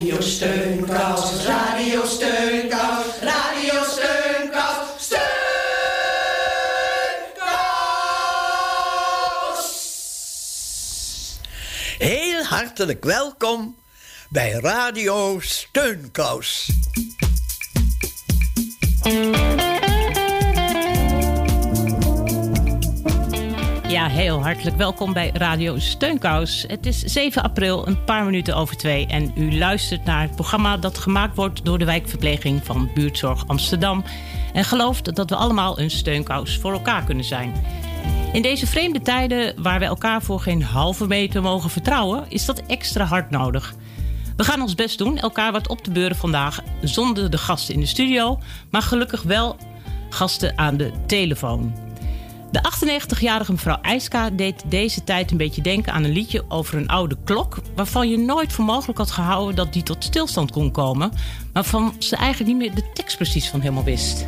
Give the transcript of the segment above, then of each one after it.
Radio Steunkous, Radio Steunkous, Radio Steunkous, Steunkous. Heel hartelijk welkom bij Radio Steunkous. Ja, heel hartelijk welkom bij Radio Steunkous. Het is 7 april, een paar minuten over 2. En u luistert naar het programma dat gemaakt wordt door de wijkverpleging van Buurtzorg Amsterdam. En gelooft dat we allemaal een steunkous voor elkaar kunnen zijn. In deze vreemde tijden, waar we elkaar voor geen halve meter mogen vertrouwen, is dat extra hard nodig. We gaan ons best doen, elkaar wat op te beuren vandaag, zonder de gasten in de studio, maar gelukkig wel gasten aan de telefoon. De 98-jarige mevrouw IJska deed deze tijd een beetje denken aan een liedje over een oude klok, waarvan je nooit voor mogelijk had gehouden dat die tot stilstand kon komen, maar waarvan ze eigenlijk niet meer de tekst precies van helemaal wist.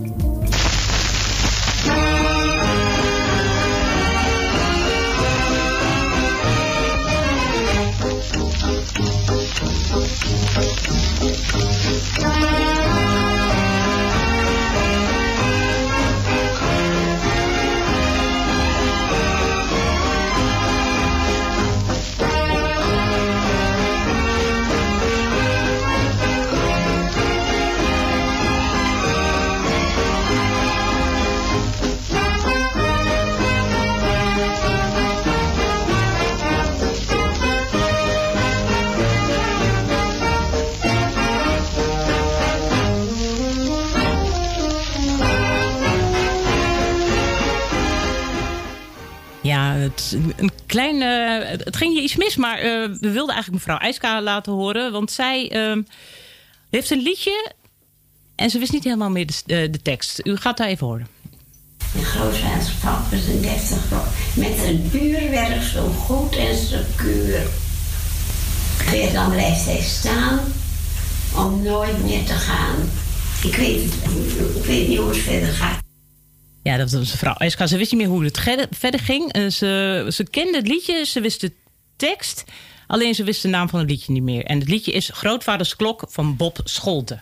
Ja, het ging hier iets mis, maar we wilden eigenlijk mevrouw IJska laten horen. Want zij heeft een liedje en ze wist niet helemaal meer de tekst. U gaat daar even horen. Mijn grootvader was een 30 met een uurwerk zo goed en secuur. Dan blijft hij staan om nooit meer te gaan. Ik weet niet hoe het verder gaat. Ja, dat was mevrouw IJska. Ze wist niet meer hoe het verder ging. Ze kende het liedje, ze wist de tekst. Alleen ze wist de naam van het liedje niet meer. En het liedje is Grootvaders Klok van Bob Scholten.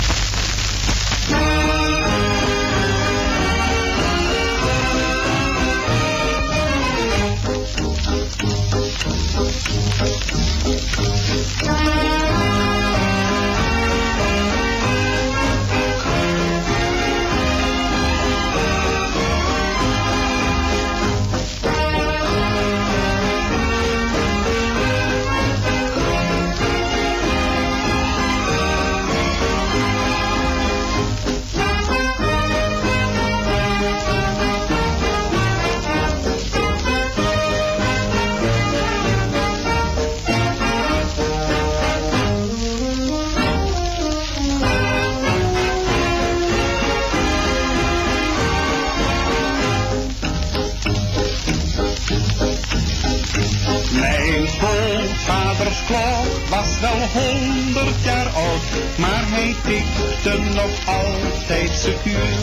Vaders klok was wel 100 jaar oud, maar hij tikte nog altijd secuur.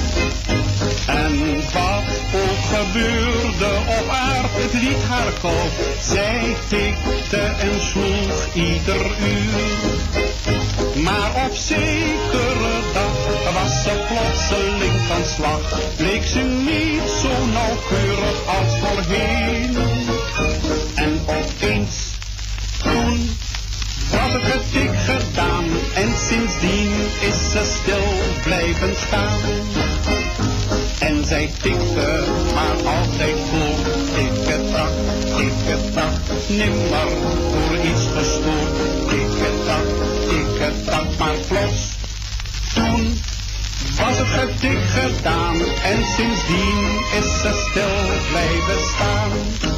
En wat ook gebeurde op aard, het liet haar koud. Zij tikte en sloeg ieder uur. Maar op zekere dag was ze plotseling van slag. Bleek ze niet zo nauwkeurig als voorheen. En opeens toen was het getik gedaan en sindsdien is ze stil blijven staan. En zij tikte maar altijd voor, tik-het-tak, nimmer voor iets gestoord. Tik-het-tak, maar plots, toen was het getik gedaan en sindsdien is ze stil blijven staan.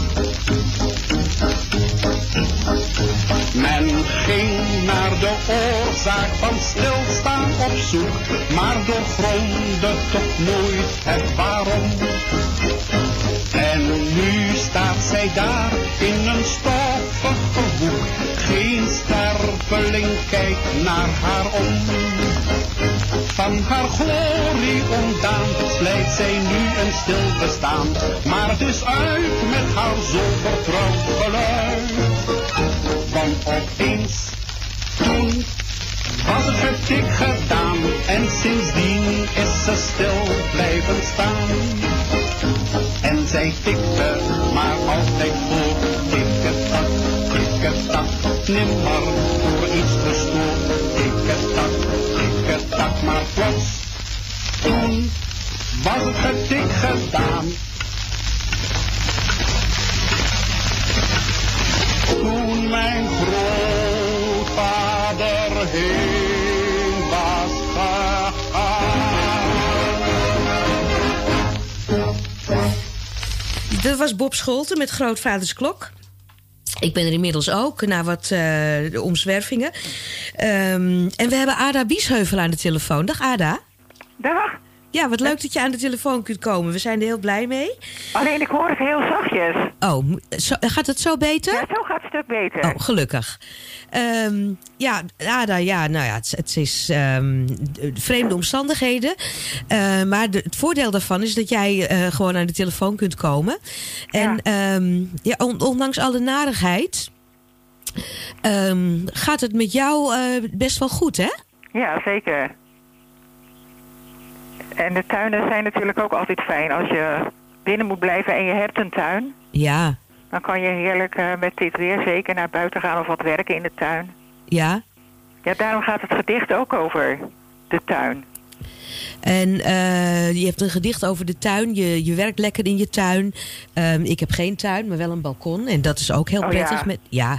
Men ging naar de oorzaak van stilstaan op zoek, maar doorgrondde toch nooit het waarom. En nu staat zij daar in een stoffige hoek, geen sterveling kijkt naar haar om. Van haar glorie ontdaan slijt zij nu een stil bestaan, maar dus uit met haar zo vertrouwd geluid. Want opeens ik gedaan en sindsdien is ze stil blijven staan. En zij tikte maar altijd voor, tikketak, tikketak, nimmer voor iets gestoord. Tikketak, tikketak, maar plots, toen was het getik gedaan. Toen mijn grootvader heen was gegaan. Dat was Bob Scholten met Grootvaders Klok. Ik ben er inmiddels ook, na wat omzwervingen. En we hebben Ada Biesheuvel aan de telefoon. Dag Ada. Dag. Ja, wat leuk dat je aan de telefoon kunt komen. We zijn er heel blij mee. Alleen ik hoor het heel zachtjes. Oh, gaat het zo beter? Ja, zo gaat het een stuk beter. Oh, gelukkig. Ja, Ada, ja, nou ja, het is vreemde omstandigheden. Maar het voordeel daarvan is dat jij gewoon aan de telefoon kunt komen. En ja, ondanks alle narigheid gaat het met jou best wel goed, hè? Ja, zeker. En de tuinen zijn natuurlijk ook altijd fijn. Als je binnen moet blijven en je hebt een tuin. Ja. Dan kan je heerlijk met dit weer zeker naar buiten gaan of wat werken in de tuin. Ja. Ja, daarom gaat het gedicht ook over de tuin. En je hebt een gedicht over de tuin. Je werkt lekker in je tuin. Ik heb geen tuin, maar wel een balkon. En dat is ook heel prettig. Ja.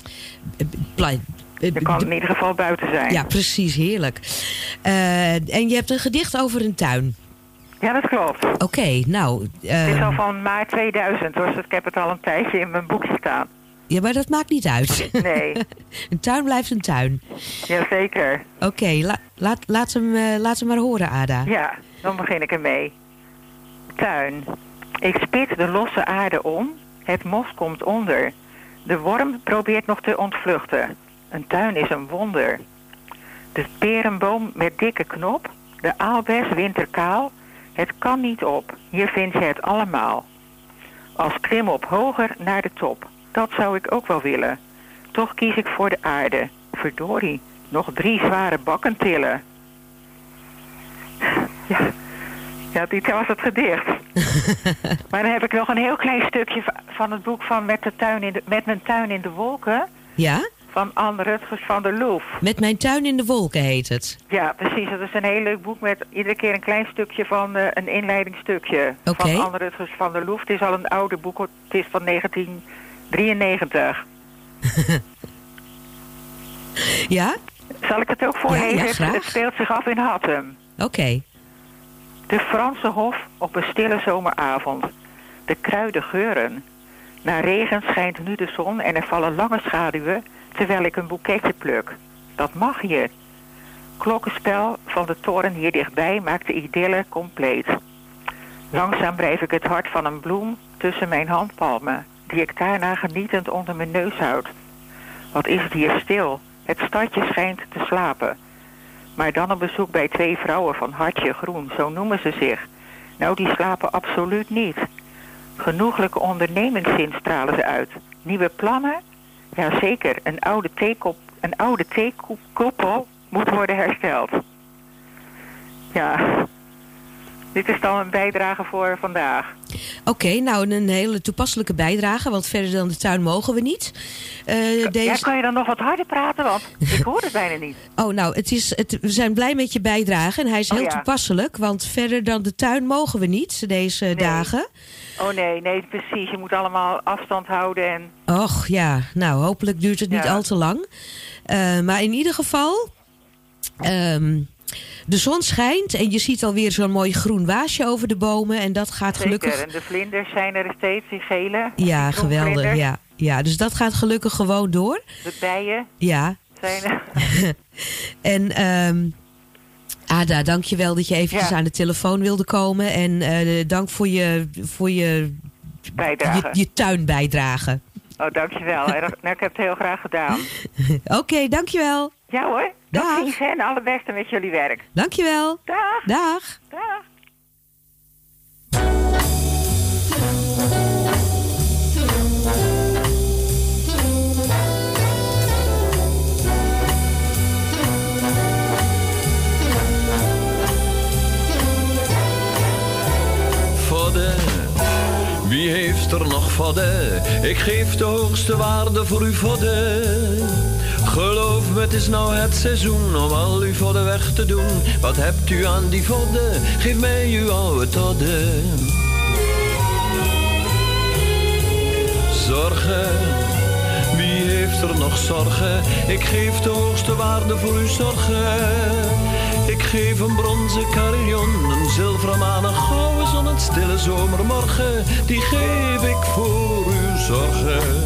Je kan in ieder geval buiten zijn. Ja, precies. Heerlijk. En je hebt een gedicht over een tuin. Ja, dat klopt. Oké, nou... Het is al van maart 2000, dus ik heb het al een tijdje in mijn boekje staan. Ja, maar dat maakt niet uit. Nee. Een tuin blijft een tuin. Jazeker. Oké, laat hem maar horen, Ada. Ja, dan begin ik ermee. Tuin. Ik spit de losse aarde om. Het mos komt onder. De worm probeert nog te ontvluchten. Een tuin is een wonder. De perenboom met dikke knop. De aalbes winterkaal. Het kan niet op. Hier vind je het allemaal. Als klim op hoger naar de top. Dat zou ik ook wel willen. Toch kies ik voor de aarde. Verdorie, nog 3 zware bakken tillen. Ja, dit was het gedicht. Maar dan heb ik nog een heel klein stukje van het boek van Met mijn tuin in de wolken. Ja? Van Anne Rutgers van der Loef. Met mijn tuin in de wolken heet het. Ja, precies. Dat is een heel leuk boek met iedere keer een klein stukje van een inleidingsstukje. Okay. Van Anne Rutgers van der Loef. Het is al een oude boek. Het is van 1993. Ja? Zal ik het ook voorlezen? Ja, graag. Het speelt zich af in Hattem. Oké. De Franse hof op een stille zomeravond. De kruiden geuren. Na regen schijnt nu de zon en er vallen lange schaduwen terwijl ik een boeketje pluk. Dat mag hier. Klokkenspel van de toren hier dichtbij maakt de idylle compleet. Langzaam wrijf ik het hart van een bloem tussen mijn handpalmen, die ik daarna genietend onder mijn neus houd. Wat is het hier stil? Het stadje schijnt te slapen. Maar dan een bezoek bij 2 vrouwen van Hartje Groen, zo noemen ze zich. Nou, die slapen absoluut niet. Genoeglijke ondernemingszin stralen ze uit. Nieuwe plannen? Jazeker, een oude theekoepel moet worden hersteld. Ja, dit is dan een bijdrage voor vandaag. Oké, nou een hele toepasselijke bijdrage, want verder dan de tuin mogen we niet. Ja, kan je dan nog wat harder praten, want ik hoor het bijna niet. Oh, nou, we zijn blij met je bijdrage en hij is heel toepasselijk, want verder dan de tuin mogen we niet deze dagen. Oh nee, precies. Je moet allemaal afstand houden en... Och, ja, nou, hopelijk duurt het niet al te lang. Maar in ieder geval... de zon schijnt en je ziet alweer zo'n mooi groen waasje over de bomen. En dat gaat gelukkig... Zeker, en de vlinders zijn er steeds, die gele. Ja, die geweldig. Ja, dus dat gaat gelukkig gewoon door. De bijen zijn er. En Ada, dank je wel dat je eventjes aan de telefoon wilde komen. En dank voor je bijdrage. Je tuinbijdrage. Oh, dankjewel. Nou, ik heb het heel graag gedaan. Oké, dankjewel. Ja hoor. Dag. Dag en alle beste met jullie werk. Dankjewel. Dag. Dag. Dag. er nog vodden? Ik geef de hoogste waarde voor uw vodden. Geloof me, het is nou het seizoen om al uw vodden weg te doen. Wat hebt u aan die vodden? Geef mij uw oude todden. Zorgen, wie heeft er nog zorgen? Ik geef de hoogste waarde voor uw zorgen. Ik geef een bronzen carillon, een zilveren maan, een gouden zon, een stille zomermorgen. Die geef ik voor uw zorgen.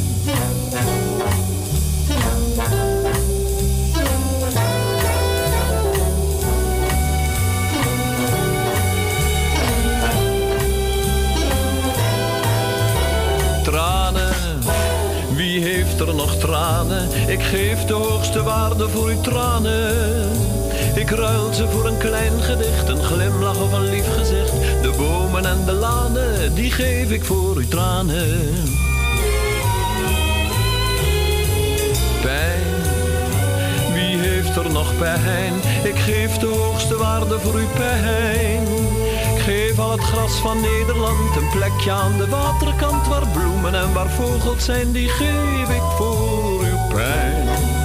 Tranen, wie heeft er nog tranen? Ik geef de hoogste waarde voor uw tranen. Ik ruil ze voor een klein gedicht, een glimlach of een lief gezicht. De bomen en de lanen, die geef ik voor uw tranen. Pijn, wie heeft er nog pijn? Ik geef de hoogste waarde voor uw pijn. Ik geef al het gras van Nederland, een plekje aan de waterkant waar bloemen en waar vogels zijn, die geef ik voor uw pijn.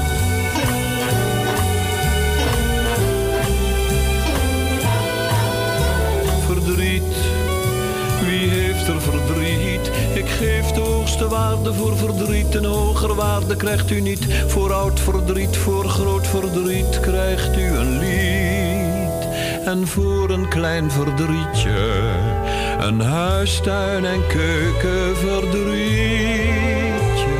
Verdriet, wie heeft er verdriet? Ik geef de hoogste waarde voor verdriet, een hoger waarde krijgt u niet. Voor oud verdriet, voor groot verdriet krijgt u een lied. En voor een klein verdrietje, een huistuin en keukenverdrietje,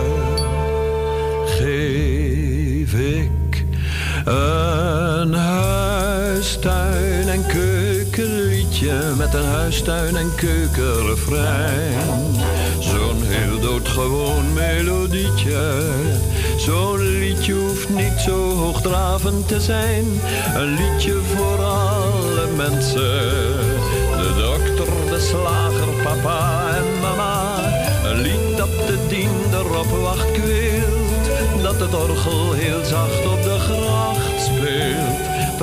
geef ik een huistuin en keukenliedje met een huistuin en keukenrefrein. Zo'n heel doodgewoon melodietje. Zo'n liedje hoeft niet zo hoogdravend te zijn. Een liedje voor alle mensen. De dokter, de slager, papa en mama. Een lied dat de diender op wacht kweelt. Dat het orgel heel zacht op de gracht speelt.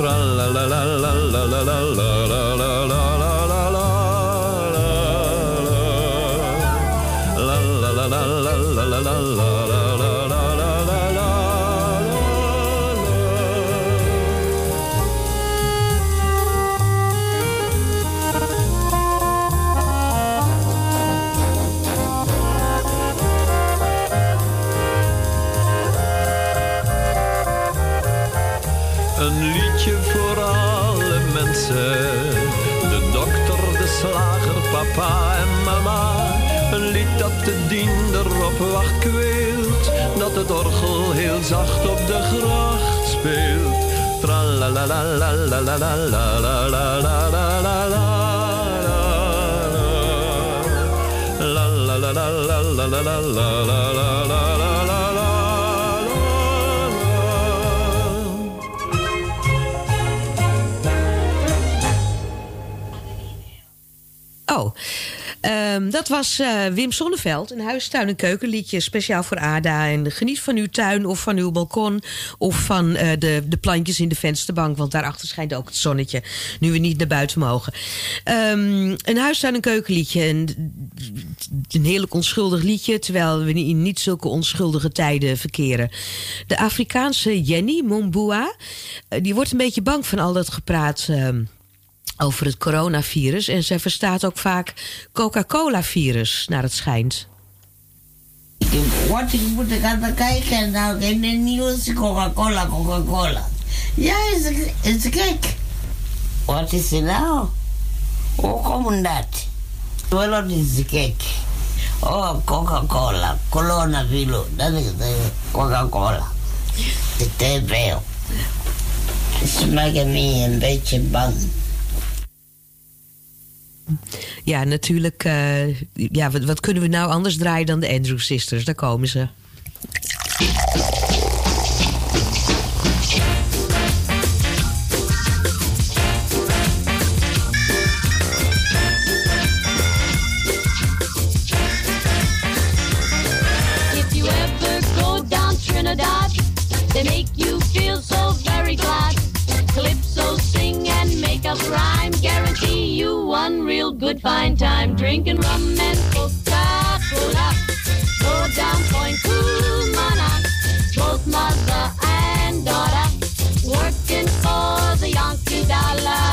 Een liedje voor alle mensen. De dokter, de slager, papa en mama. Een lied dat de diender op wacht kweelt. Dat het orgel heel zacht op de gracht speelt. Oh, dat was Wim Sonneveld, een huistuin- en keukenliedje speciaal voor Ada. En geniet van uw tuin of van uw balkon of van de plantjes in de vensterbank. Want daarachter schijnt ook het zonnetje, nu we niet naar buiten mogen. Een huistuin- en keukenliedje. Een heerlijk onschuldig liedje, terwijl we in niet zulke onschuldige tijden verkeren. De Afrikaanse Jenny Mombua, die wordt een beetje bang van al dat gepraat over het coronavirus. En zij verstaat ook vaak Coca-Cola-virus, naar het schijnt. Wat ik moet gaan kijken nou in de nieuws, Coca-Cola. Ja, is gek. Wat is er nou? Hoe komt dat? Wel, is gek. Oh, Coca-Cola, coronavirus, dat is Coca-Cola. Te veel. Ze maken me een beetje bang. Ja, natuurlijk. Wat kunnen we nou anders draaien dan de Andrew Sisters? Daar komen ze. If you ever go down Trinidad, they make you feel so very glad. Calypso sing and make up rhyme, guarantee you one one real good fine time drinking rum and Coca-Cola. Go down Point Cumana, both mother and daughter, working for the Yankee dollar.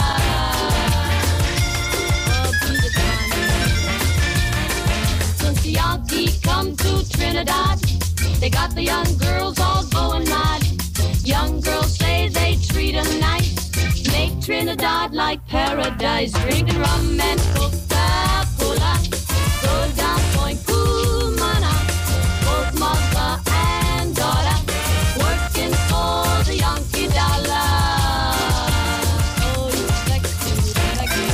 Since the Yankee come to Trinidad, they got the young girls all going mad. Young girls say they treat 'em nice, make Trinidad like paradise, drinking rum and Coca-Cola. Go down Point Cumana, both mother and daughter, working for the Yankee dollar. Oh, you sexy, sexy.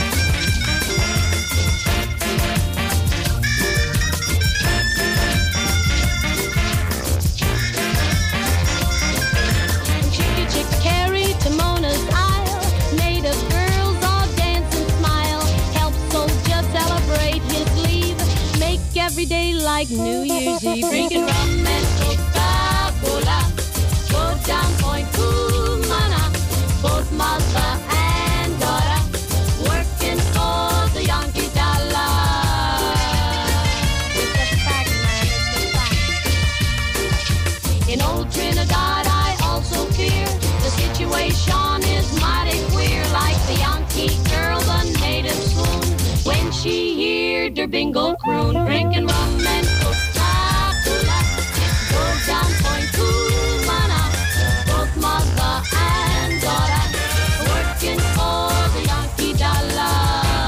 Chicky Chick Carry to Mona's Isle, native girls all dance and smile, help soldiers celebrate his leave, make every day like New Year's Eve, drinking rum and Coca-Cola. Go down Point Cumana, both mother and daughter, working for the Yankee dollar. It's a fact, man, it's a fact. In old Trinidad I also fear the situation is mighty queer, like the Yankee girl, the native swoon when she heard her bingle croon, drinking rum and Coca-Cola. Go down Point Cumana, both mother and daughter, working for the Yankee dollar.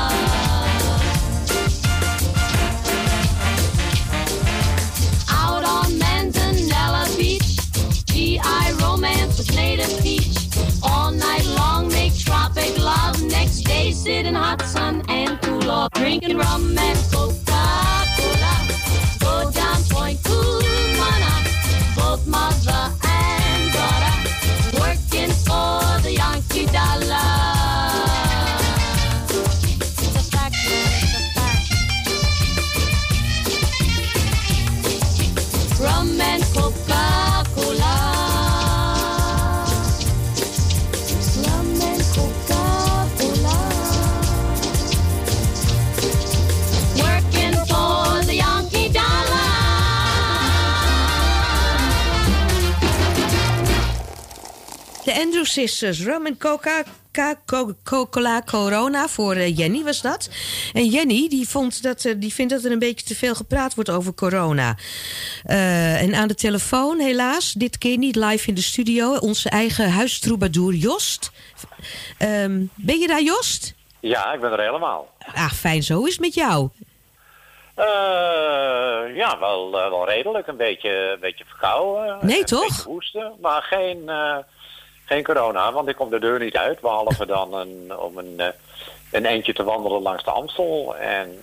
Out on Manzanella Beach, GI romance with native peach. All night long make tropic love, next day sit in hot sun and cool off, drinking rum and Coca-Cola. Go down Point Cumana, both mother and daughter, working for the Yankee dollar. It's a fact, man, it's a fact. Rum and Coca-Cola. Rum and Coca-Cola. Working for the Yankee dollar. De Andrew Sisters, rum en Coca-Cola Corona voor Jenny was dat. En Jenny die vindt dat er een beetje te veel gepraat wordt over corona. En aan de telefoon helaas, dit keer niet live in de studio, onze eigen huistroubadour Jost. Ben je daar, Jost? Ja, ik ben er helemaal. Ah, fijn, zo is het met jou. Ja, wel redelijk. Een beetje verkouden. Nee, een toch? Een beetje hoesten, maar geen corona, want ik kom de deur niet uit. Behalve dan om een eindje te wandelen langs de Amstel. En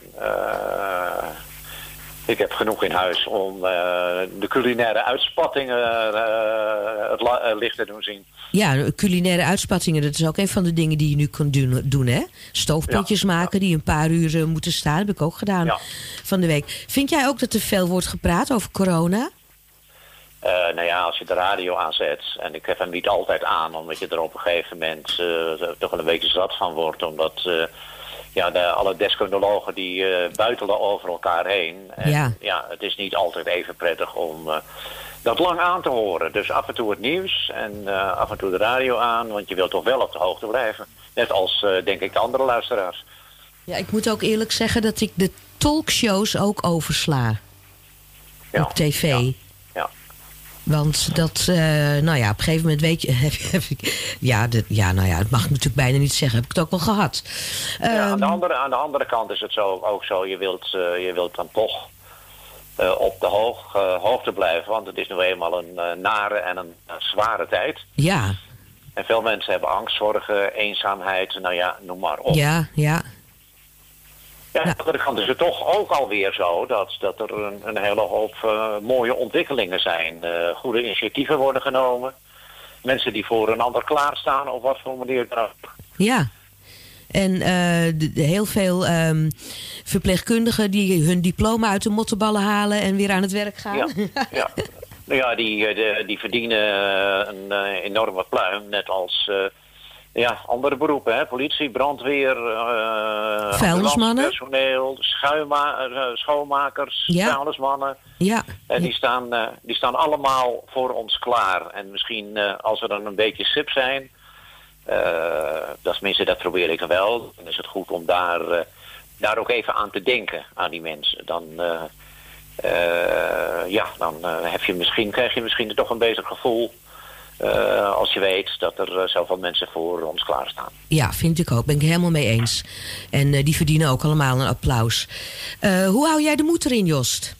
ik heb genoeg in huis om de culinaire uitspattingen het licht te doen zien. Ja, culinaire uitspattingen, dat is ook een van de dingen die je nu kan doen, hè? Stoofpotjes maken die een paar uur moeten staan, heb ik ook gedaan van de week. Vind jij ook dat er veel wordt gepraat over corona? Nou ja, als je de radio aanzet, en ik heb hem niet altijd aan, omdat je er op een gegeven moment toch wel een beetje zat van wordt, omdat alle deskundigen die buitelen over elkaar heen. En het is niet altijd even prettig om dat lang aan te horen. Dus af en toe het nieuws en af en toe de radio aan, want je wilt toch wel op de hoogte blijven. Net als, denk ik, de andere luisteraars. Ja, ik moet ook eerlijk zeggen dat ik de talkshows ook oversla. Op tv. Ja. Want dat, op een gegeven moment weet je... dat mag ik natuurlijk bijna niet zeggen. Heb ik het ook wel gehad. Aan de andere kant is het ook zo. Je wilt dan toch op de hoogte blijven. Want het is nu eenmaal een nare en een zware tijd. Ja. En veel mensen hebben angst, zorgen, eenzaamheid. Nou ja, noem maar op. Ja. Ja, aan de andere kant is het toch ook alweer zo dat er een hele hoop mooie ontwikkelingen zijn. Goede initiatieven worden genomen. Mensen die voor een ander klaarstaan op wat voor manier dan ook. Ja. En heel veel verpleegkundigen die hun diploma uit de mottenballen halen en weer aan het werk gaan. Ja. Nou ja, die verdienen een enorme pluim. Net als andere beroepen, hè? Politie, brandweer, vuilnismannen, personeel, schoonmakers, vuilnismannen. Ja. En die staan allemaal voor ons klaar. En misschien als we dan een beetje sip zijn, dat probeer ik wel. Dan is het goed om daar ook even aan te denken, aan die mensen. Dan krijg je misschien toch een beter gevoel. Als je weet dat er zoveel mensen voor ons klaarstaan. Ja, vind ik ook. Ben ik helemaal mee eens. En die verdienen ook allemaal een applaus. Hoe hou jij de moed erin, Jost?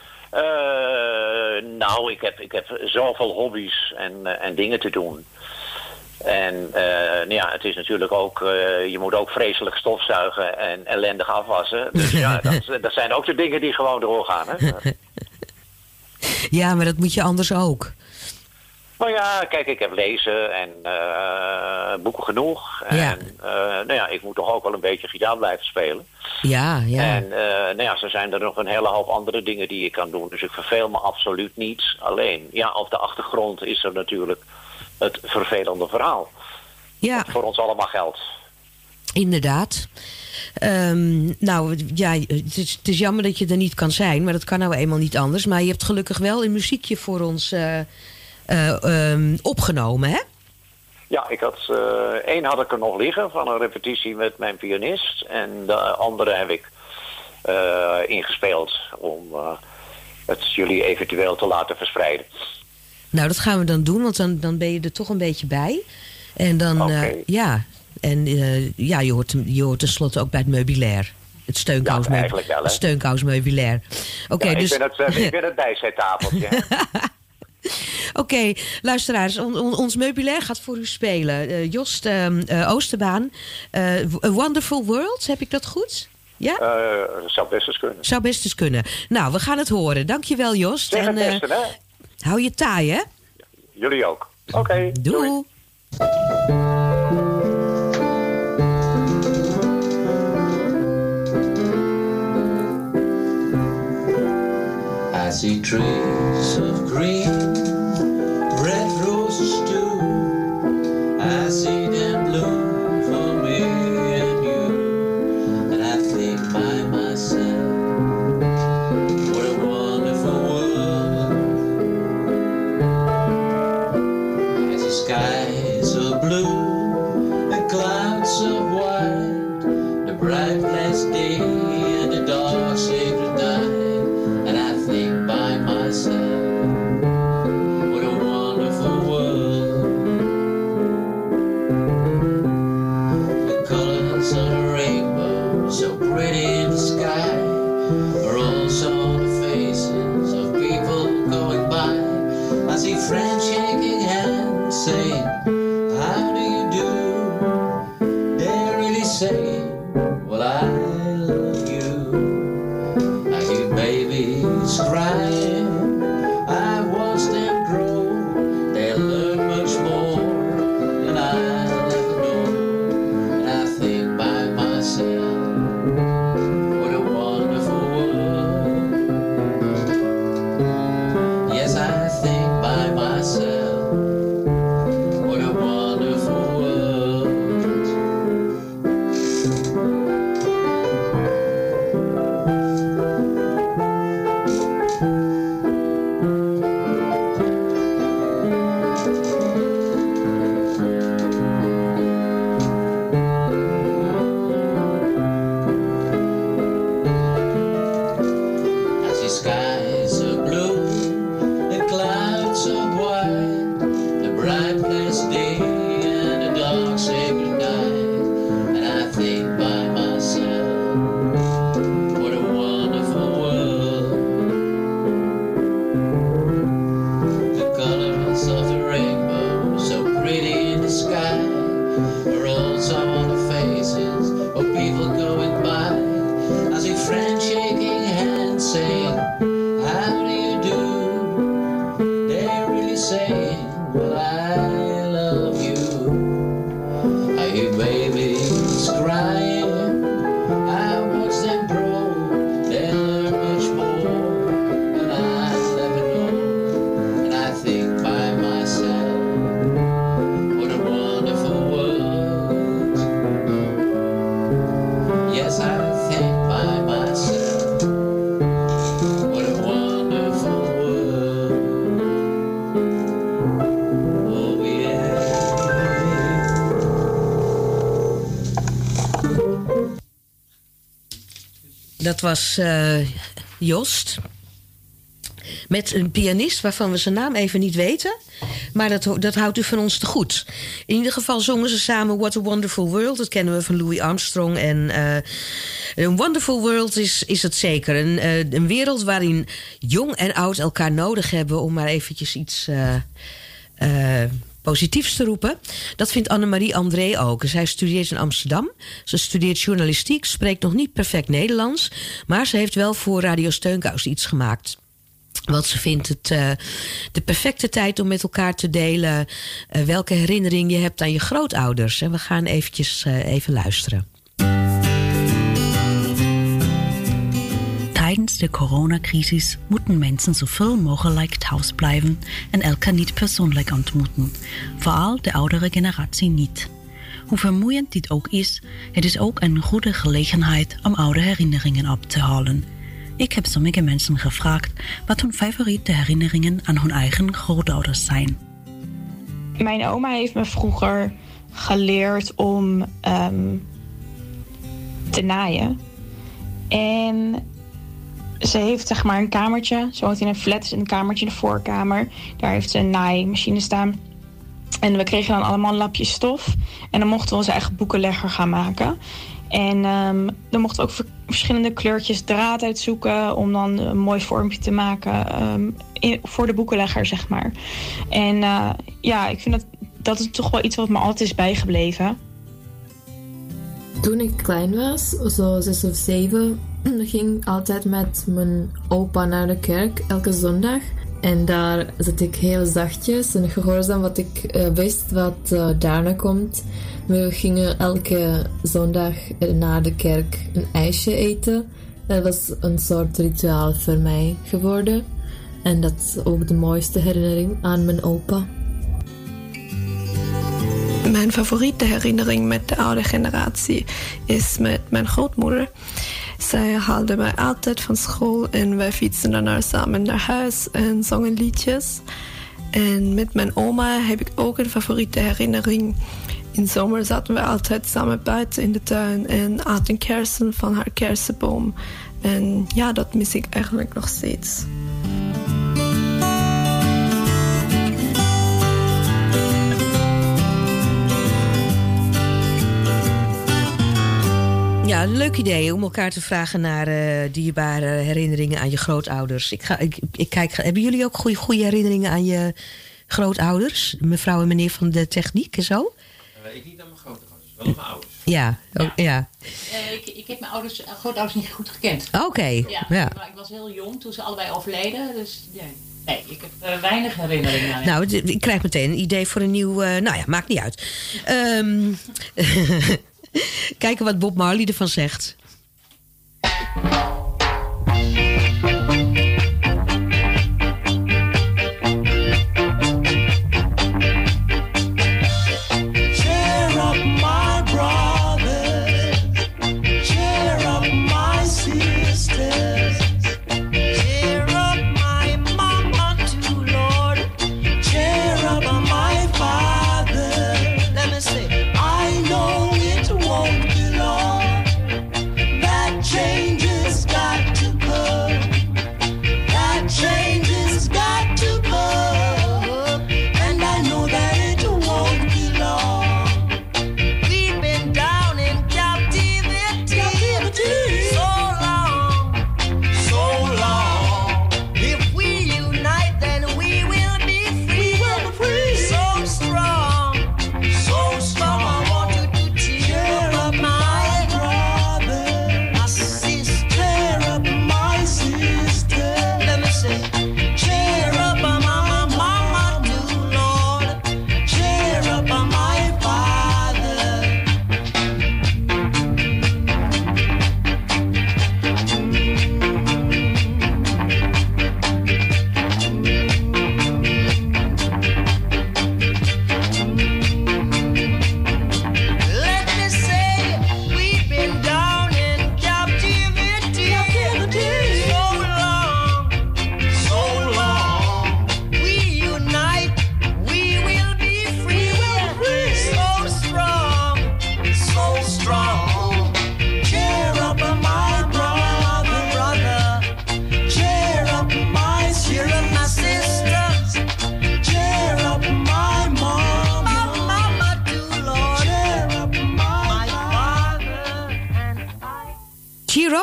Ik heb zoveel hobby's en dingen te doen. En het is natuurlijk ook, je moet ook vreselijk stofzuigen en ellendig afwassen. Dus dat zijn ook de dingen die gewoon doorgaan. Hè? Ja, maar dat moet je anders ook. Nou ja, kijk, ik heb lezen en boeken genoeg. En ik moet toch ook wel een beetje gitaar blijven spelen. Ja. En zo zijn er nog een hele hoop andere dingen die ik kan doen. Dus ik verveel me absoluut niet alleen. Ja, op de achtergrond is er natuurlijk het vervelende verhaal. Ja. Dat voor ons allemaal geldt. Inderdaad. Het is jammer dat je er niet kan zijn, maar dat kan nou eenmaal niet anders. Maar je hebt gelukkig wel een muziekje voor ons opgenomen, hè? Ja, één had ik er nog liggen van een repetitie met mijn pianist. En de andere heb ik ingespeeld om het jullie eventueel te laten verspreiden. Nou, dat gaan we dan doen, want dan ben je er toch een beetje bij. En dan, je hoort tenslotte ook bij het meubilair. Het steunkous-meubilair. Ik ben het bijzettafeltje. Oké, luisteraars, ons meubilair gaat voor u spelen. Jost Oosterbaan, A Wonderful World, heb ik dat goed? Ja? Zou best eens kunnen. Nou, we gaan het horen. Dankjewel, Jost. Zeg het beste, hè? Hou je taai, hè? Jullie ook. Oké. Doei. I see trees of green, red roses too. I see them bloom for me and you. And I think by myself, what a wonderful world. I see skies of blue and clouds of white, the bright blessed day and the dark sacred night. What a wonderful world. The colors of the rainbow, so pretty in the sky, are also on the faces of people going by. I see friends shaking hands, saying, how do you do? They're really saying, well, I love you. I hear babies crying. What a wonderful world. Dat was Jost. Met een pianist waarvan we zijn naam even niet weten. Maar dat houdt u van ons te goed. In ieder geval zongen ze samen What a Wonderful World. Dat kennen we van Louis Armstrong. En een Wonderful World is het zeker. Een wereld waarin jong en oud elkaar nodig hebben... om maar eventjes iets positiefs te roepen. Dat vindt Annemarie André ook. Zij studeert in Amsterdam. Ze studeert journalistiek, spreekt nog niet perfect Nederlands... maar ze heeft wel voor Radio Steunkous iets gemaakt... Want ze vindt het de perfecte tijd om met elkaar te delen... welke herinnering je hebt aan je grootouders. En we gaan even luisteren. Tijdens de coronacrisis moeten mensen zoveel mogelijk thuis blijven... en elkaar niet persoonlijk ontmoeten. Vooral de oudere generatie niet. Hoe vermoeiend dit ook is... het is ook een goede gelegenheid om oude herinneringen op te halen... Ik heb sommige mensen gevraagd wat hun favoriete herinneringen aan hun eigen grootouders zijn. Mijn oma heeft me vroeger geleerd om te naaien. En ze heeft zeg maar een kamertje. Ze woont in een flat, een kamertje in de voorkamer. Daar heeft ze een naaimachine staan. En we kregen dan allemaal een lapje stof. En dan mochten we onze eigen boekenlegger gaan maken. En dan mochten we ook verschillende kleurtjes draad uitzoeken... om dan een mooi vormpje te maken voor de boekenlegger, zeg maar. En ik vind dat is toch wel iets wat me altijd is bijgebleven. Toen ik klein was, zo 6 of 7... ging ik altijd met mijn opa naar de kerk, elke zondag... En daar zat ik heel zachtjes en gehoorzaam wat ik wist wat daarna komt. We gingen elke zondag naar de kerk een ijsje eten. Dat was een soort rituaal voor mij geworden. En dat is ook de mooiste herinnering aan mijn opa. Mijn favoriete herinnering met de oude generatie is met mijn grootmoeder. Zij haalde mij altijd van school en wij fietsen daarna samen naar huis en zongen liedjes. En met mijn oma heb ik ook een favoriete herinnering. In zomer zaten we altijd samen buiten in de tuin en aten kersen van haar kersenboom. En ja, dat mis ik eigenlijk nog steeds. Ja, een leuk idee om elkaar te vragen naar dierbare herinneringen aan je grootouders. Ik kijk, hebben jullie ook goede herinneringen aan je grootouders? Mevrouw en meneer van de techniek en zo? Ik niet aan mijn grootouders, wel aan mijn ouders. Ja, ja. Ik heb mijn grootouders niet goed gekend. Oké. Ja. Maar ik was heel jong toen ze allebei overleden, dus nee, ik heb weinig herinneringen aan. Nou, ik krijg meteen een idee voor een nieuw... maakt niet uit. Kijken wat Bob Marley ervan zegt. Changes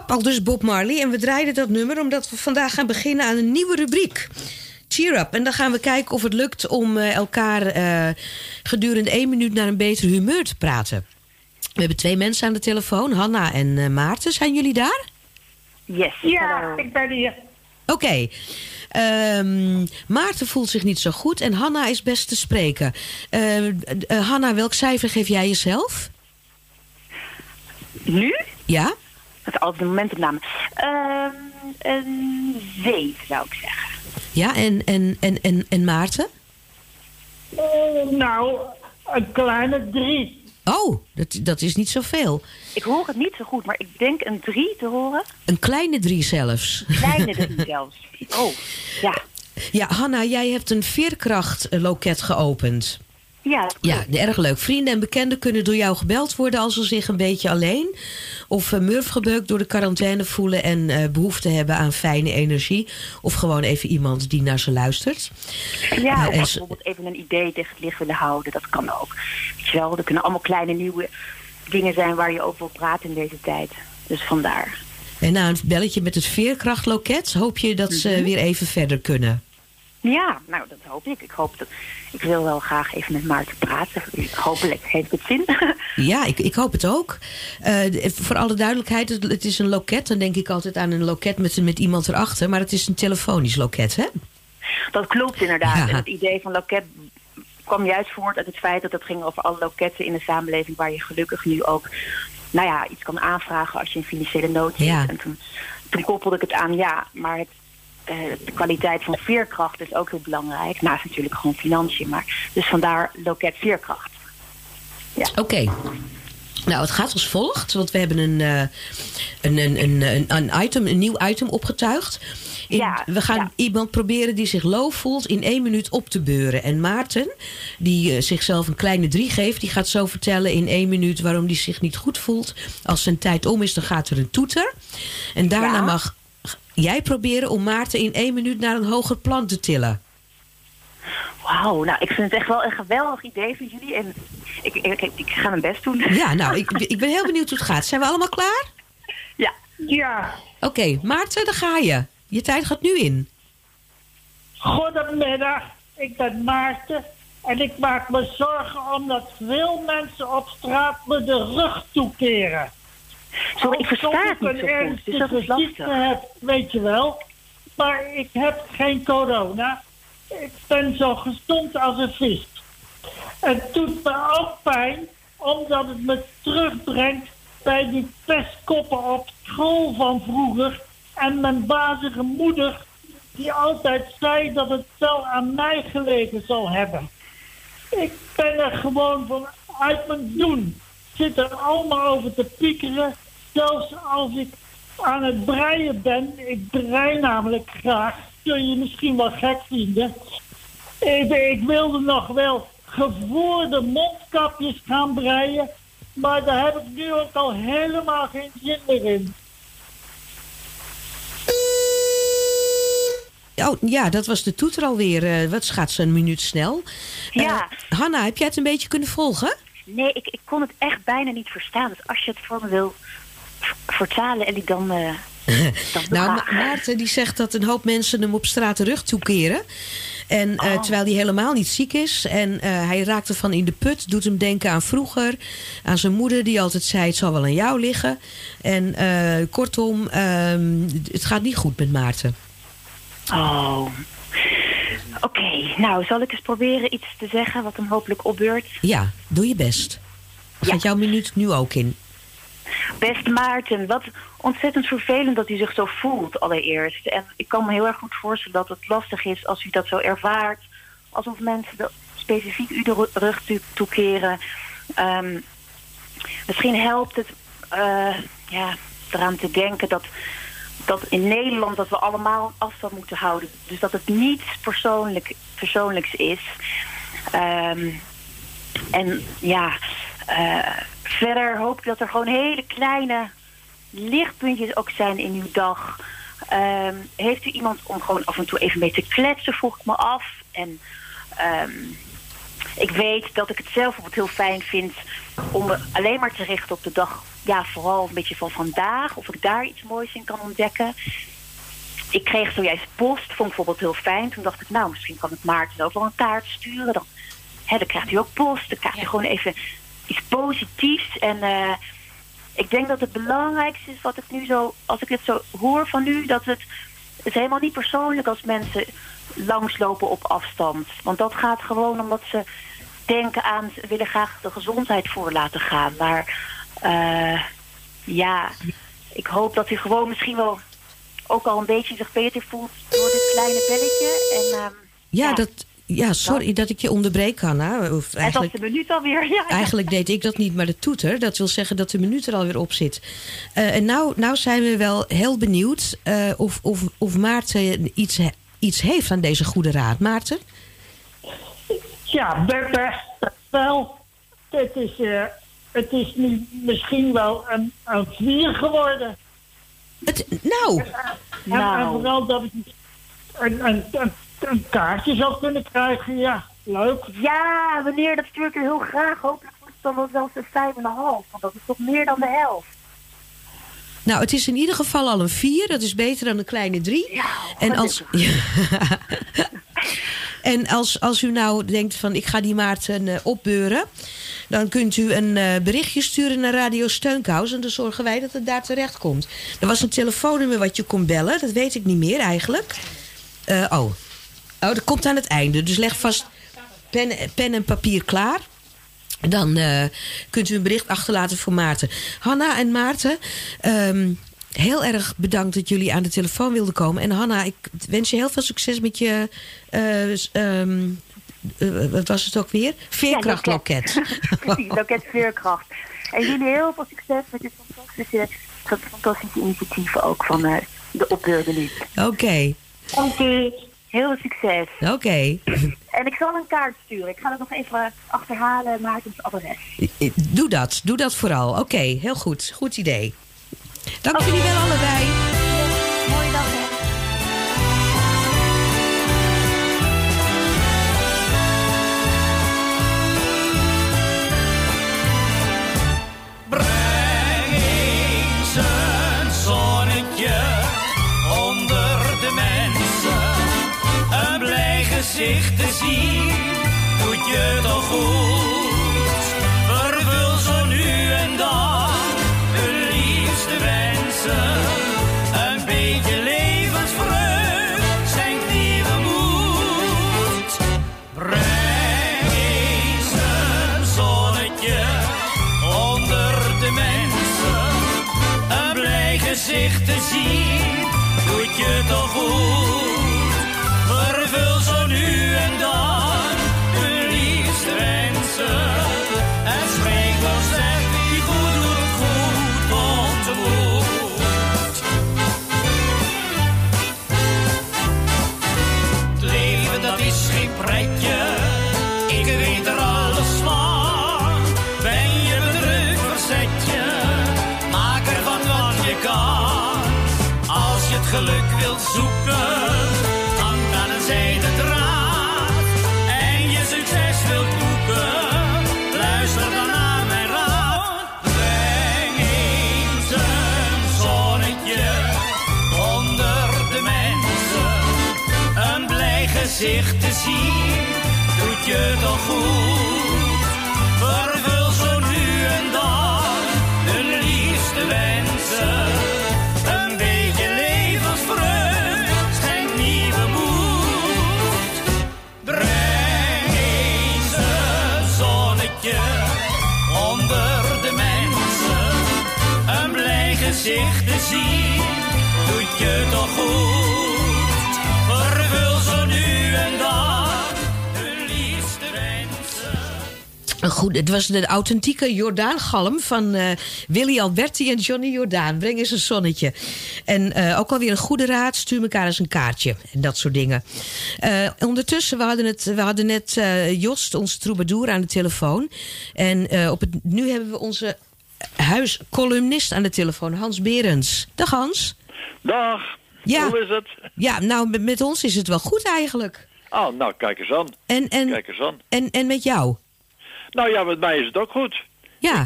Up, al dus Bob Marley. En we draaiden dat nummer omdat we vandaag gaan beginnen aan een nieuwe rubriek. Cheer Up. En dan gaan we kijken of het lukt om elkaar gedurende 1 minuut naar een beter humeur te praten. We hebben 2 mensen aan de telefoon, Hanna en Maarten. Zijn jullie daar? Yes. Ja, ik ben hier. Oké. Maarten voelt zich niet zo goed en Hanna is best te spreken. Hanna, welk cijfer geef jij jezelf? Nu? Ja. Dat is altijd een momentopname. Een 7 zou ik zeggen. Ja, en Maarten? Nou, een kleine 3. Oh, dat is niet zoveel. Ik hoor het niet zo goed, maar ik denk een 3 te horen. Een kleine 3 zelfs. Kleine 3 zelfs. Oh, ja. Ja, Hanna, jij hebt een veerkrachtloket geopend. Ja, erg leuk. Vrienden en bekenden kunnen door jou gebeld worden als ze zich een beetje alleen of murfgebeukt door de quarantaine voelen en behoefte hebben aan fijne energie. Of gewoon even iemand die naar ze luistert. Ja, of bijvoorbeeld even een idee tegen het licht willen houden. Dat kan ook. Weet je wel, er kunnen allemaal kleine nieuwe dingen zijn waar je over wil praten in deze tijd. Dus vandaar. En na een belletje met het veerkrachtloket hoop je dat ze weer even verder kunnen. Ja, nou dat hoop ik. Ik wil wel graag even met Maarten praten. Hopelijk heeft het zin. Ja, ik hoop het ook. Voor alle duidelijkheid, het is een loket. Dan denk ik altijd aan een loket met iemand erachter. Maar het is een telefonisch loket, hè? Dat klopt inderdaad. Ja. En het idee van loket kwam juist voort uit het feit dat het ging over alle loketten in de samenleving waar je gelukkig nu ook iets kan aanvragen als je een financiële nood hebt. Ja. En toen koppelde ik het aan, maar de kwaliteit van veerkracht is ook heel belangrijk. Naast natuurlijk gewoon financiën, maar dus vandaar loket veerkracht. Ja. Oké. Nou, het gaat als volgt, want we hebben een nieuw item opgetuigd. We gaan iemand proberen die zich low voelt in 1 minuut op te beuren. En Maarten, die zichzelf een kleine 3 geeft, die gaat zo vertellen in 1 minuut waarom die zich niet goed voelt. Als zijn tijd om is, dan gaat er een toeter. En daarna mag jij proberen om Maarten in 1 minuut naar een hoger plan te Wauw, nou ik vind het echt wel een geweldig idee van jullie. En ik ga mijn best doen. Ja, nou ik ben heel benieuwd hoe het gaat. Zijn we allemaal klaar? Ja. Oké, Maarten, daar ga je. Je tijd gaat nu in. Goedemiddag, ik ben Maarten. En ik maak me zorgen omdat veel mensen op straat me de rug toekeren. Sorry, ik versta het niet zo goed, dus dat is lastig. Weet je wel. Maar ik heb geen corona. Ik ben zo gezond als een vis. Het doet me ook pijn, omdat het me terugbrengt bij die pestkoppen op school van vroeger. En mijn bazige moeder, die altijd zei dat het wel aan mij gelegen zou hebben. Ik ben er gewoon van uit mijn doen. Zit er allemaal over te piekeren. Zelfs als ik aan het breien ben. Ik brei namelijk graag. Kun je misschien wel gek vinden. Ik wilde nog wel gevoerde mondkapjes gaan breien. Maar daar heb ik nu ook al helemaal geen zin meer in. Oh, ja, dat was de toeter alweer. Wat gaat ze een minuut snel? Hanna, heb jij het een beetje kunnen volgen? Nee, ik kon het echt bijna niet verstaan. Dus als je het voor me wil vertalen en ik dan nou, Maarten die zegt dat een hoop mensen hem op straat de rug toekeren. En terwijl hij helemaal niet ziek is. En hij raakt ervan in de put. Doet hem denken aan vroeger. Aan zijn moeder die altijd zei, het zal wel aan jou liggen. En kortom, het gaat niet goed met Maarten. Oh. Oké, nou zal ik eens proberen iets te zeggen wat hem hopelijk opbeurt. Ja, doe je best. Gaat jouw minuut nu ook in? Beste Maarten, wat ontzettend vervelend dat u zich zo voelt allereerst. En ik kan me heel erg goed voorstellen dat het lastig is als u dat zo ervaart. Alsof mensen specifiek u de rug toekeren. Misschien helpt het eraan te denken dat in Nederland dat we allemaal afstand moeten houden. Dus dat het niets persoonlijks is. Verder hoop ik dat er gewoon hele kleine lichtpuntjes ook zijn in uw dag. Heeft u iemand om gewoon af en toe even mee te kletsen, vroeg ik me af. En ik weet dat ik het zelf bijvoorbeeld heel fijn vind om me alleen maar te richten op de dag, ja, vooral een beetje van vandaag, of ik daar iets moois in kan ontdekken. Ik kreeg zojuist post, vond ik bijvoorbeeld heel fijn. Toen dacht ik, nou, misschien kan ik Maarten ook wel een kaart sturen. Dan krijgt hij ook post, dan krijgt hij gewoon even iets positiefs. En ik denk dat het belangrijkste is wat ik nu zo, als ik het zo hoor van u, dat het is helemaal niet persoonlijk als mensen langslopen op afstand. Want dat gaat gewoon omdat ze denken aan, ze willen graag de gezondheid voor laten gaan. Maar ja, ik hoop dat u gewoon misschien wel ook al een beetje zich beter voelt door dit kleine belletje. En, sorry dat ik je onderbreek, Hanna. En dat de minuut alweer. Ja. Eigenlijk deed ik dat niet, maar de toeter. Dat wil zeggen dat de minuut er alweer op zit. En nou zijn we wel heel benieuwd of Maarten iets heeft aan deze goede raad. Maarten? Ja, wel. Het is nu misschien wel een 4 geworden. En vooral dat ik een kaartje zou kunnen krijgen, ja. Leuk. Ja, meneer, dat stuurt u heel graag. Hopelijk wordt het dan wel zelfs een 5,5. Want dat is toch meer dan de helft. Nou, het is in ieder geval al een 4. Dat is beter dan een kleine 3. Ja, en als u nou denkt van ik ga die Maarten opbeuren, dan kunt u een berichtje sturen naar Radio Steunkous en dan zorgen wij dat het daar terecht komt. Er was een telefoonnummer wat je kon bellen, dat weet ik niet meer eigenlijk. Dat komt aan het einde, dus leg vast pen en papier klaar. Dan kunt u een bericht achterlaten voor Maarten. Hanna en Maarten, heel erg bedankt dat jullie aan de telefoon wilden komen. En Hanna, ik wens je heel veel succes met je wat was het ook weer? Veerkrachtloket. Precies, loket Veerkracht. En jullie heel veel succes met dit fantastische initiatief ook van de opbeurden. Oké. Heel veel succes. Oké. En ik zal een kaart sturen. Ik ga het nog even achterhalen, Maartens adres. Doe dat vooral. Oké, heel goed. Goed idee. Dank jullie wel allebei. Mooie dag, hè. Breng eens een zonnetje onder de mensen. Een blij gezicht te zien, doet je toch goed. Vervul zo nu en dan hun liefste wensen. Een beetje levensvreugd schenkt nieuwe moed. Breng eens een zonnetje onder de mensen. Een blij gezicht te zien, doet je toch goed. Vervul zo nu en dan hun liefste wensen. En spreek wel zeg wie goed doet, goed ontmoet. Het leven dat is geen pretje, ik weet er alles van. Ben je bedrukt, verzet je, maak ervan wat je kan. Als je het geluk wilt zoeken, dan kan een zijden draad. En je succes wilt boeken, luister dan naar mijn raad. Breng eens een zonnetje onder de mensen. Een blij gezicht te zien, doet je toch goed. Vervul zo nu en dan hun liefste wensen. Een beetje levensvreugd schenkt nieuwe moed. Breng eens een zonnetje onder de mensen. Een blij gezicht te zien, doet je toch goed. Vervul zo nu en dan hun liefste wensen. Goed, het was de authentieke Jordaangalm van Willy Alberti en Johnny Jordaan. Breng eens een zonnetje. En ook alweer een goede raad, stuur elkaar eens een kaartje. En dat soort dingen. Ondertussen, we hadden net Jost, onze troubadour, aan de telefoon. En nu hebben we onze huiscolumnist aan de telefoon, Hans Berends. Dag Hans. Dag, hoe is het? Ja, nou, met ons is het wel goed eigenlijk. Oh, nou, kijk eens aan. Kijk eens aan. En met jou? Nou ja, met mij is het ook goed. Ja.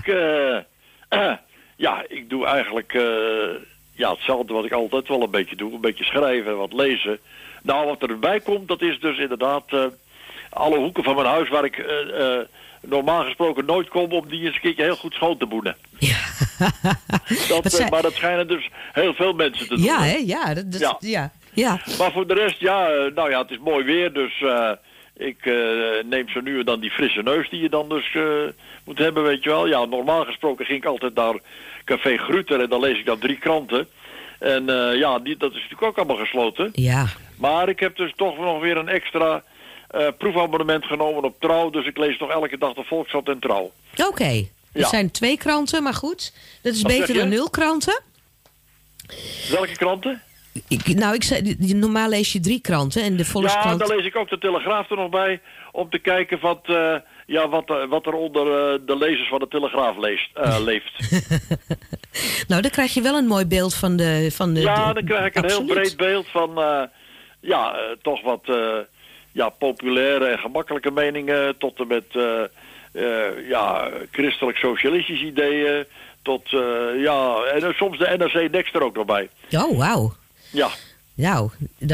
Ik doe eigenlijk hetzelfde wat ik altijd wel een beetje doe. Een beetje schrijven en wat lezen. Nou, wat erbij komt, dat is dus inderdaad alle hoeken van mijn huis waar ik normaal gesproken nooit kom om die eens een keertje heel goed schoon te boenen. Ja. Maar dat schijnen dus heel veel mensen te doen. Ja, hè? Ja. Maar voor de rest, het is mooi weer, dus ik neem zo nu en dan die frisse neus die je dan dus moet hebben, weet je wel. Ja, normaal gesproken ging ik altijd naar Café Gruter en dan lees ik dan 3 kranten. En dat is natuurlijk ook allemaal gesloten. Ja. Maar ik heb dus toch nog weer een extra proefabonnement genomen op Trouw. Dus ik lees nog elke dag de Volkskrant en Trouw. Oké. Er zijn 2 kranten, maar goed. Dat is beter dan 0 kranten. Welke kranten? Ik zei, normaal lees je 3 kranten en de Volkskrant... Ja, dan lees ik ook de Telegraaf er nog bij. Om te kijken wat er onder de lezers van de Telegraaf leeft. Nou, dan krijg je wel een mooi beeld van de dan krijg ik een heel breed beeld van... toch wat populaire en gemakkelijke meningen... tot en met christelijk-socialistische ideeën... tot, en soms de NRC Next er ook nog bij. Oh, wauw. Ja. Nou,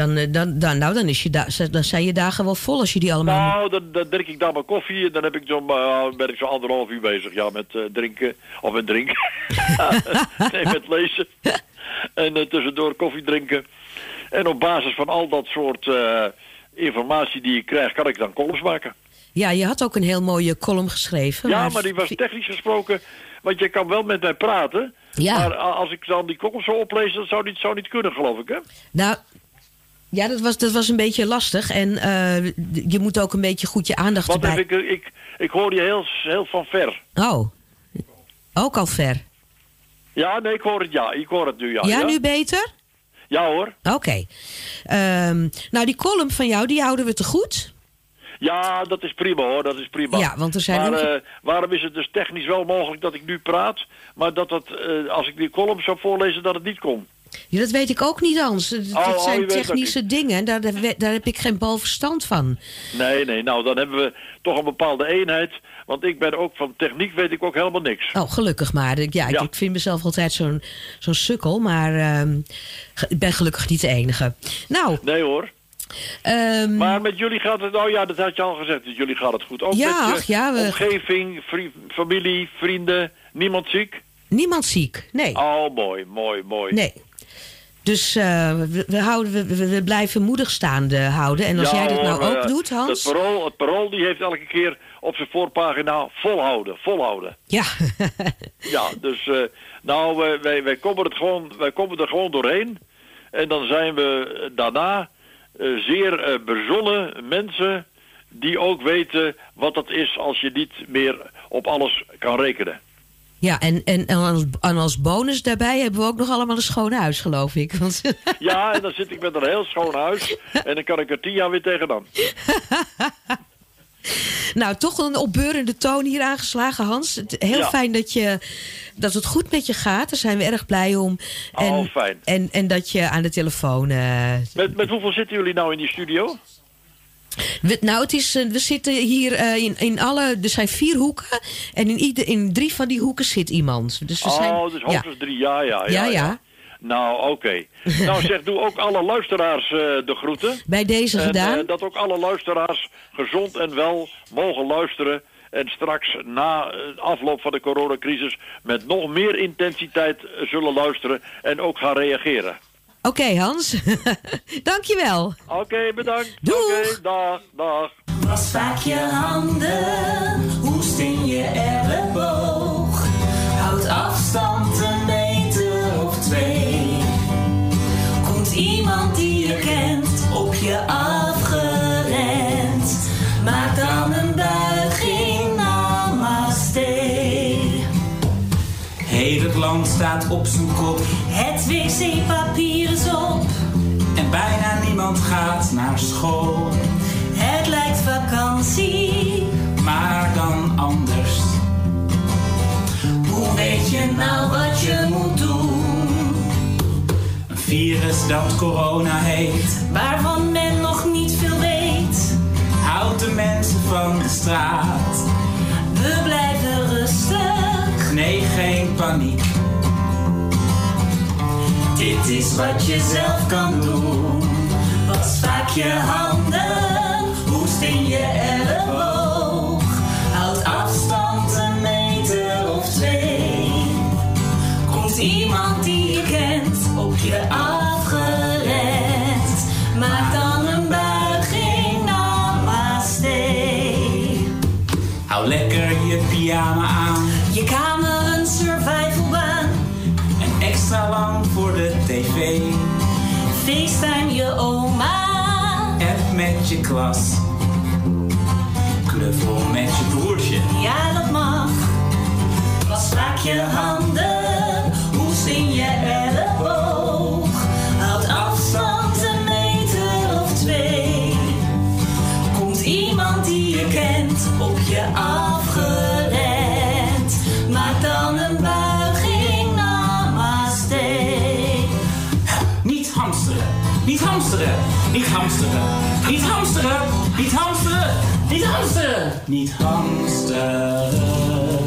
dan zijn je dagen wel vol als je die allemaal... Nou, dan drink ik daar mijn koffie en dan heb ik ben ik zo 1,5 uur bezig, met drinken. Of met drinken. Nee, met lezen. En tussendoor koffie drinken. En op basis van al dat soort informatie die ik krijg, kan ik dan columns maken. Ja, je had ook een heel mooie column geschreven. Ja, maar die was technisch gesproken... Want je kan wel met mij praten. Ja. Maar als ik dan die column zo oplees, dat zou niet kunnen, geloof ik, hè? Nou, ja, dat was een beetje lastig. En je moet ook een beetje goed je aandacht erbij... Ik hoor je heel van ver. Oh, ook al ver? Ja, nee, ik hoor het nu, ja. Ja, nu beter? Ja, hoor. Oké. Nou, die column van jou, die houden we te goed... Ja, dat is prima hoor, dat is prima. Ja, want er zijn maar waarom is het dus technisch wel mogelijk dat ik nu praat... maar dat als ik die column zou voorlezen, dat het niet kon? Ja, dat weet ik ook niet, Hans. Dat zijn technische dingen, daar heb ik geen bal verstand van. Nee, nou dan hebben we toch een bepaalde eenheid... want ik ben ook van techniek, weet ik ook helemaal niks. Oh, gelukkig maar. Ik vind mezelf altijd zo'n sukkel, maar ik ben gelukkig niet de enige. Nou... Nee hoor. Maar met jullie gaat het... Oh ja, dat had je al gezegd. Met jullie gaat het goed. Ook met je omgeving, familie, vrienden. Niemand ziek? Niemand ziek, nee. Oh, mooi. Nee. Dus we blijven moedig staande houden. En als jij dat nou ook doet, Hans... Het Parool die heeft elke keer op zijn voorpagina volhouden. Ja. Ja, dus wij komen er gewoon doorheen. En dan zijn we daarna... zeer bezonnen mensen die ook weten wat het is als je niet meer op alles kan rekenen. Ja, en als bonus daarbij hebben we ook nog allemaal een schoon huis, geloof ik. Want... Ja, en dan zit ik met een heel schoon huis en dan kan ik er 10 jaar weer tegenaan. Nou, toch een opbeurende toon hier aangeslagen, Hans. Heel fijn dat het goed met je gaat. Daar zijn we erg blij om. Fijn. En dat je aan de telefoon... Met hoeveel zitten jullie nou in die studio? We zitten hier in alle... Er zijn 4 hoeken. En in 3 van die hoeken zit iemand. Dus dus hoogstens 3. Ja. Nou, oké. Nou zeg, doe ook alle luisteraars de groeten. Bij deze gedaan. Dat ook alle luisteraars gezond en wel mogen luisteren. En straks na afloop van de coronacrisis met nog meer intensiteit zullen luisteren en ook gaan reageren. Oké, Hans. Dankjewel. Oké, bedankt. Doeg. Dag. Was vaak je handen, hoest in je elleboog. Houd afstand een meter of 2. Komt iemand die je kent op je afgerend. Maak dan een buiging, namaste. Heel het land staat op zijn kop. Het wc-papier is op. En bijna niemand gaat naar school. Het lijkt vakantie, maar dan anders. Hoe weet je nou wat je moet doen? Een virus dat corona heet, waarvan men nog niet veel weet. Houdt de mensen van de straat. We blijven rustig. paniek. Dit is wat je zelf kan doen. Was vaak je handen, hoest in je elleboog. Houd afstand een meter of 2. Komt iemand die je kent op je afgerend. Maak dan een buiging, namaste. Hou lekker je pyjama aan. Je kamer een survivalbaan. En extra lang voor de tv. FaceTime je oma. App met je klas. Knuffel met je broertje. Ja, dat mag. Was vaak je handen. Hoest in je elleboog. Houd afstand een meter of 2. Komt iemand die je kent op je afgerend. Maak dan een buiging, namaste. Niet hamsteren, niet hamsteren, niet hamsteren, niet hamsteren, niet hamsteren, niet hamsteren, niet hamsteren.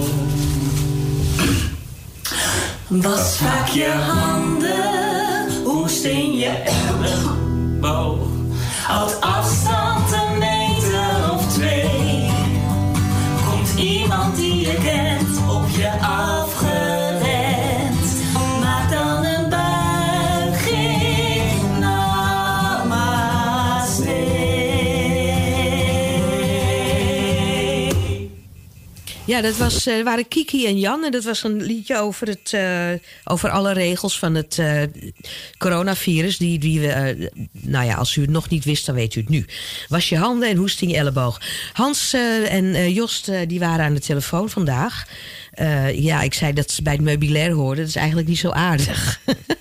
Was vaak je handen, hoest in je elleboog. Houd afstand een meter of 2. Komt iemand die je kent op je afgerend. Maak dan een buiging, namaste. Ja, dat waren Kiki en Jan. En dat was een liedje over alle regels van het coronavirus. Die we, als u het nog niet wist, dan weet u het nu. Was je handen en hoest in je elleboog. Hans en Jost, die waren aan de telefoon vandaag. Ik zei dat ze bij het meubilair hoorden. Dat is eigenlijk niet zo aardig.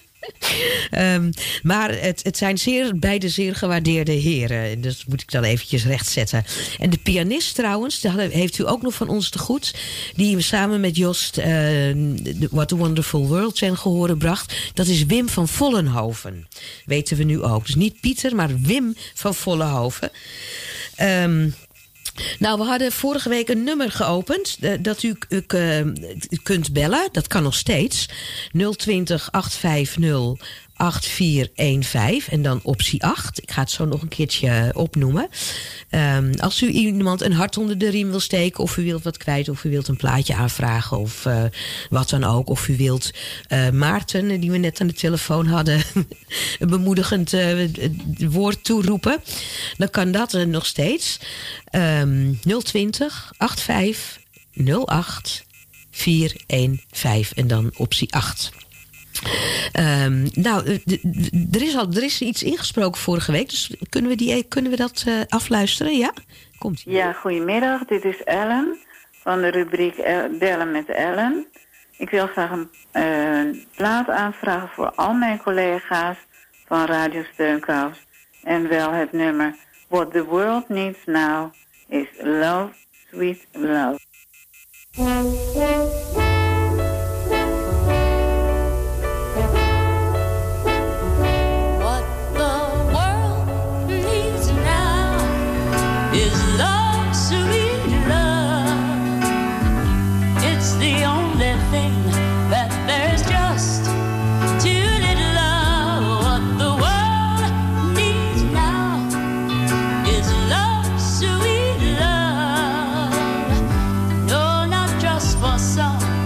Maar het zijn beide zeer gewaardeerde heren. Dat moet ik dan eventjes rechtzetten. En de pianist trouwens, dat heeft u ook nog van ons te goed. Die samen met Jost What a Wonderful World zijn gehoord bracht. Dat is Wim van Vollenhoven. Weten we nu ook. Dus niet Pieter, maar Wim van Vollenhoven. We hadden vorige week een nummer geopend dat u kunt bellen. Dat kan nog steeds. 020 850 8415 en dan optie 8. Ik ga het zo nog een keertje opnoemen. Als u iemand een hart onder de riem wil steken, of u wilt wat kwijt, of u wilt een plaatje aanvragen, of wat dan ook. Of u wilt Maarten, die we net aan de telefoon hadden, een bemoedigend woord toeroepen, dan kan dat nog steeds. 020 85 08 415 en dan optie 8. Er is iets ingesproken vorige week, dus kunnen we dat afluisteren? Ja? Komt. Ja, goedemiddag. Dit is Ellen van de rubriek Bellen met Ellen. Ik wil graag een plaat aanvragen voor al mijn collega's van Radio Steunkous. En wel het nummer What the World Needs Now is Love, Sweet Love. Is love, sweet love. It's the only thing that there's just too little of. What the world needs now is love, sweet love. No, not just for some,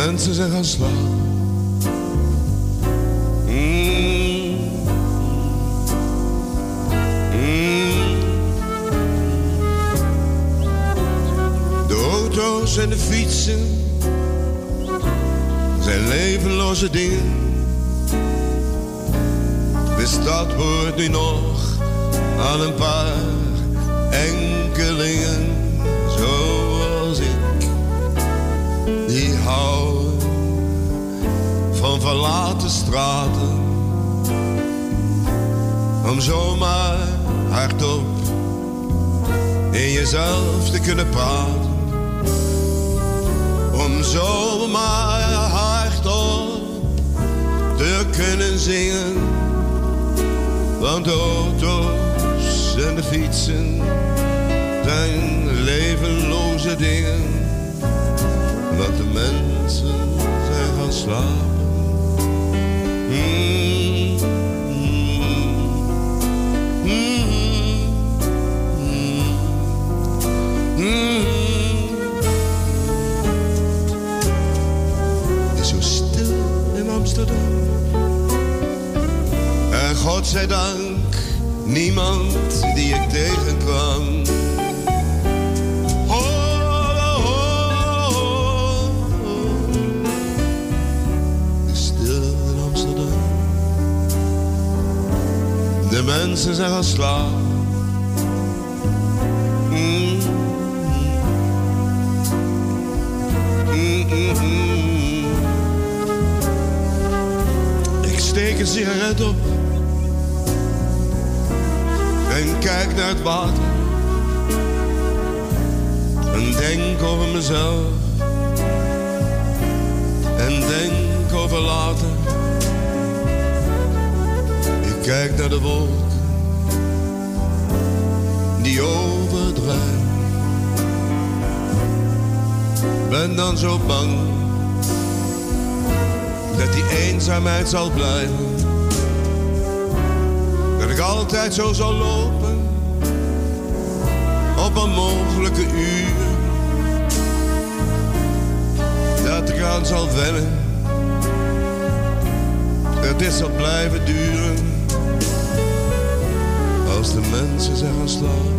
mensen zijn gaan slapen. De auto's en de fietsen zijn levenloze dingen. De stad wordt nu nog aan een paar enkelingen zoals ik, die houden van verlaten straten, om zomaar hardop in jezelf te kunnen praten, om zomaar hardop te kunnen zingen. Want de auto's en de fietsen zijn levenloze dingen, want de mensen zijn gaan slapen. Het is zo stil in Amsterdam. En godzijdank niemand die ik tegenkwam. De mensen zijn gaan slapen. Ik steek een sigaret op en kijk naar het water en denk over mezelf en denk over later. Kijk naar de wolken die overdrijven. Ben dan zo bang dat die eenzaamheid zal blijven. Dat ik altijd zo zal lopen op een mogelijke uur. Dat ik aan zal wennen, dat dit zal blijven duren. Als de mensen zijn gaan slapen.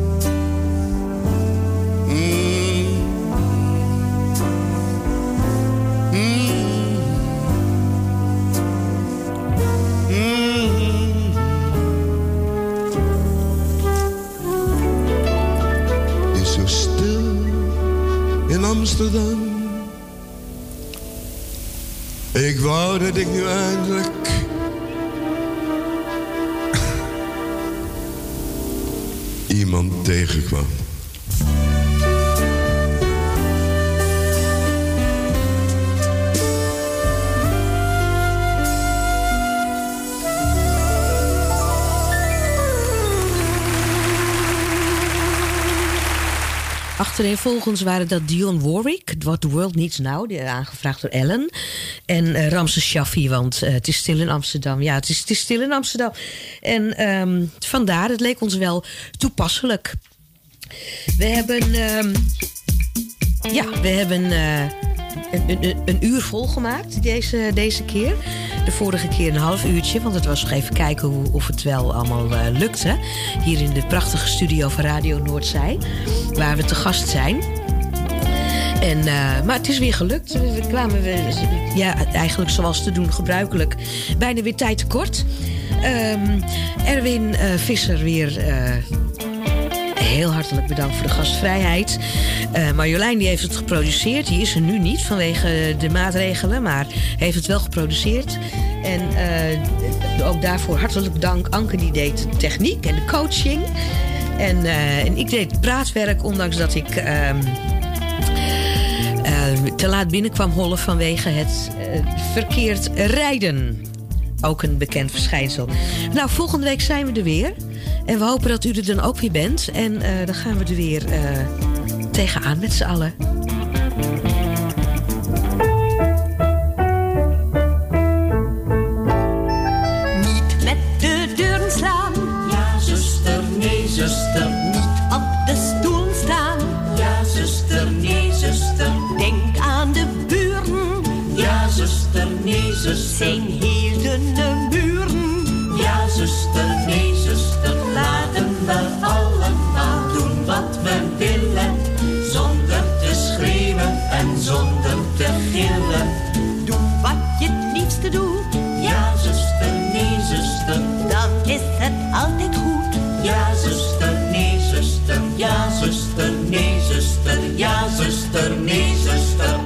Het is zo stil in Amsterdam. Ik wou dat ik nu eindelijk iemand tegenkwam. Achtereenvolgens waren dat Dionne Warwick, What the World Needs Now, aangevraagd door Ellen. En Ramses Shaffi, want het is stil in Amsterdam. Ja, het is stil in Amsterdam. En vandaar, het leek ons wel toepasselijk. We hebben een uur volgemaakt deze keer. De vorige keer een half uurtje, want het was nog even kijken of het wel allemaal lukte. Hier in de prachtige studio van Radio Noordzij, waar we te gast zijn. Maar het is weer gelukt. We kwamen eigenlijk zoals te doen gebruikelijk bijna weer tijd tekort. Erwin Visser weer heel hartelijk bedankt voor de gastvrijheid. Marjolein die heeft het geproduceerd. Die is er nu niet vanwege de maatregelen, maar heeft het wel geproduceerd. En ook daarvoor hartelijk dank. Anke die deed de techniek en de coaching. En ik deed het praatwerk, ondanks dat ik te laat binnenkwam hollen vanwege het verkeerd rijden. Ook een bekend verschijnsel. Nou, volgende week zijn we er weer. En we hopen dat u er dan ook weer bent. En dan gaan we er weer tegenaan met z'n allen. Niet met de deuren slaan. Ja, zuster, nee, zuster. Niet op de stoel staan. Ja, zuster, nee, zuster. Denk aan de buren. zijn heel dunne muren. Ja, zuster, nee, zuster, laten we allemaal doen wat we willen. Zonder te schreeuwen en zonder te gillen. Doe wat je het liefste doet. Ja, zuster, nee, zuster, dan is het altijd goed. Ja, zuster, nee, zuster, ja, zuster, nee, zuster, ja, zuster, nee, zuster.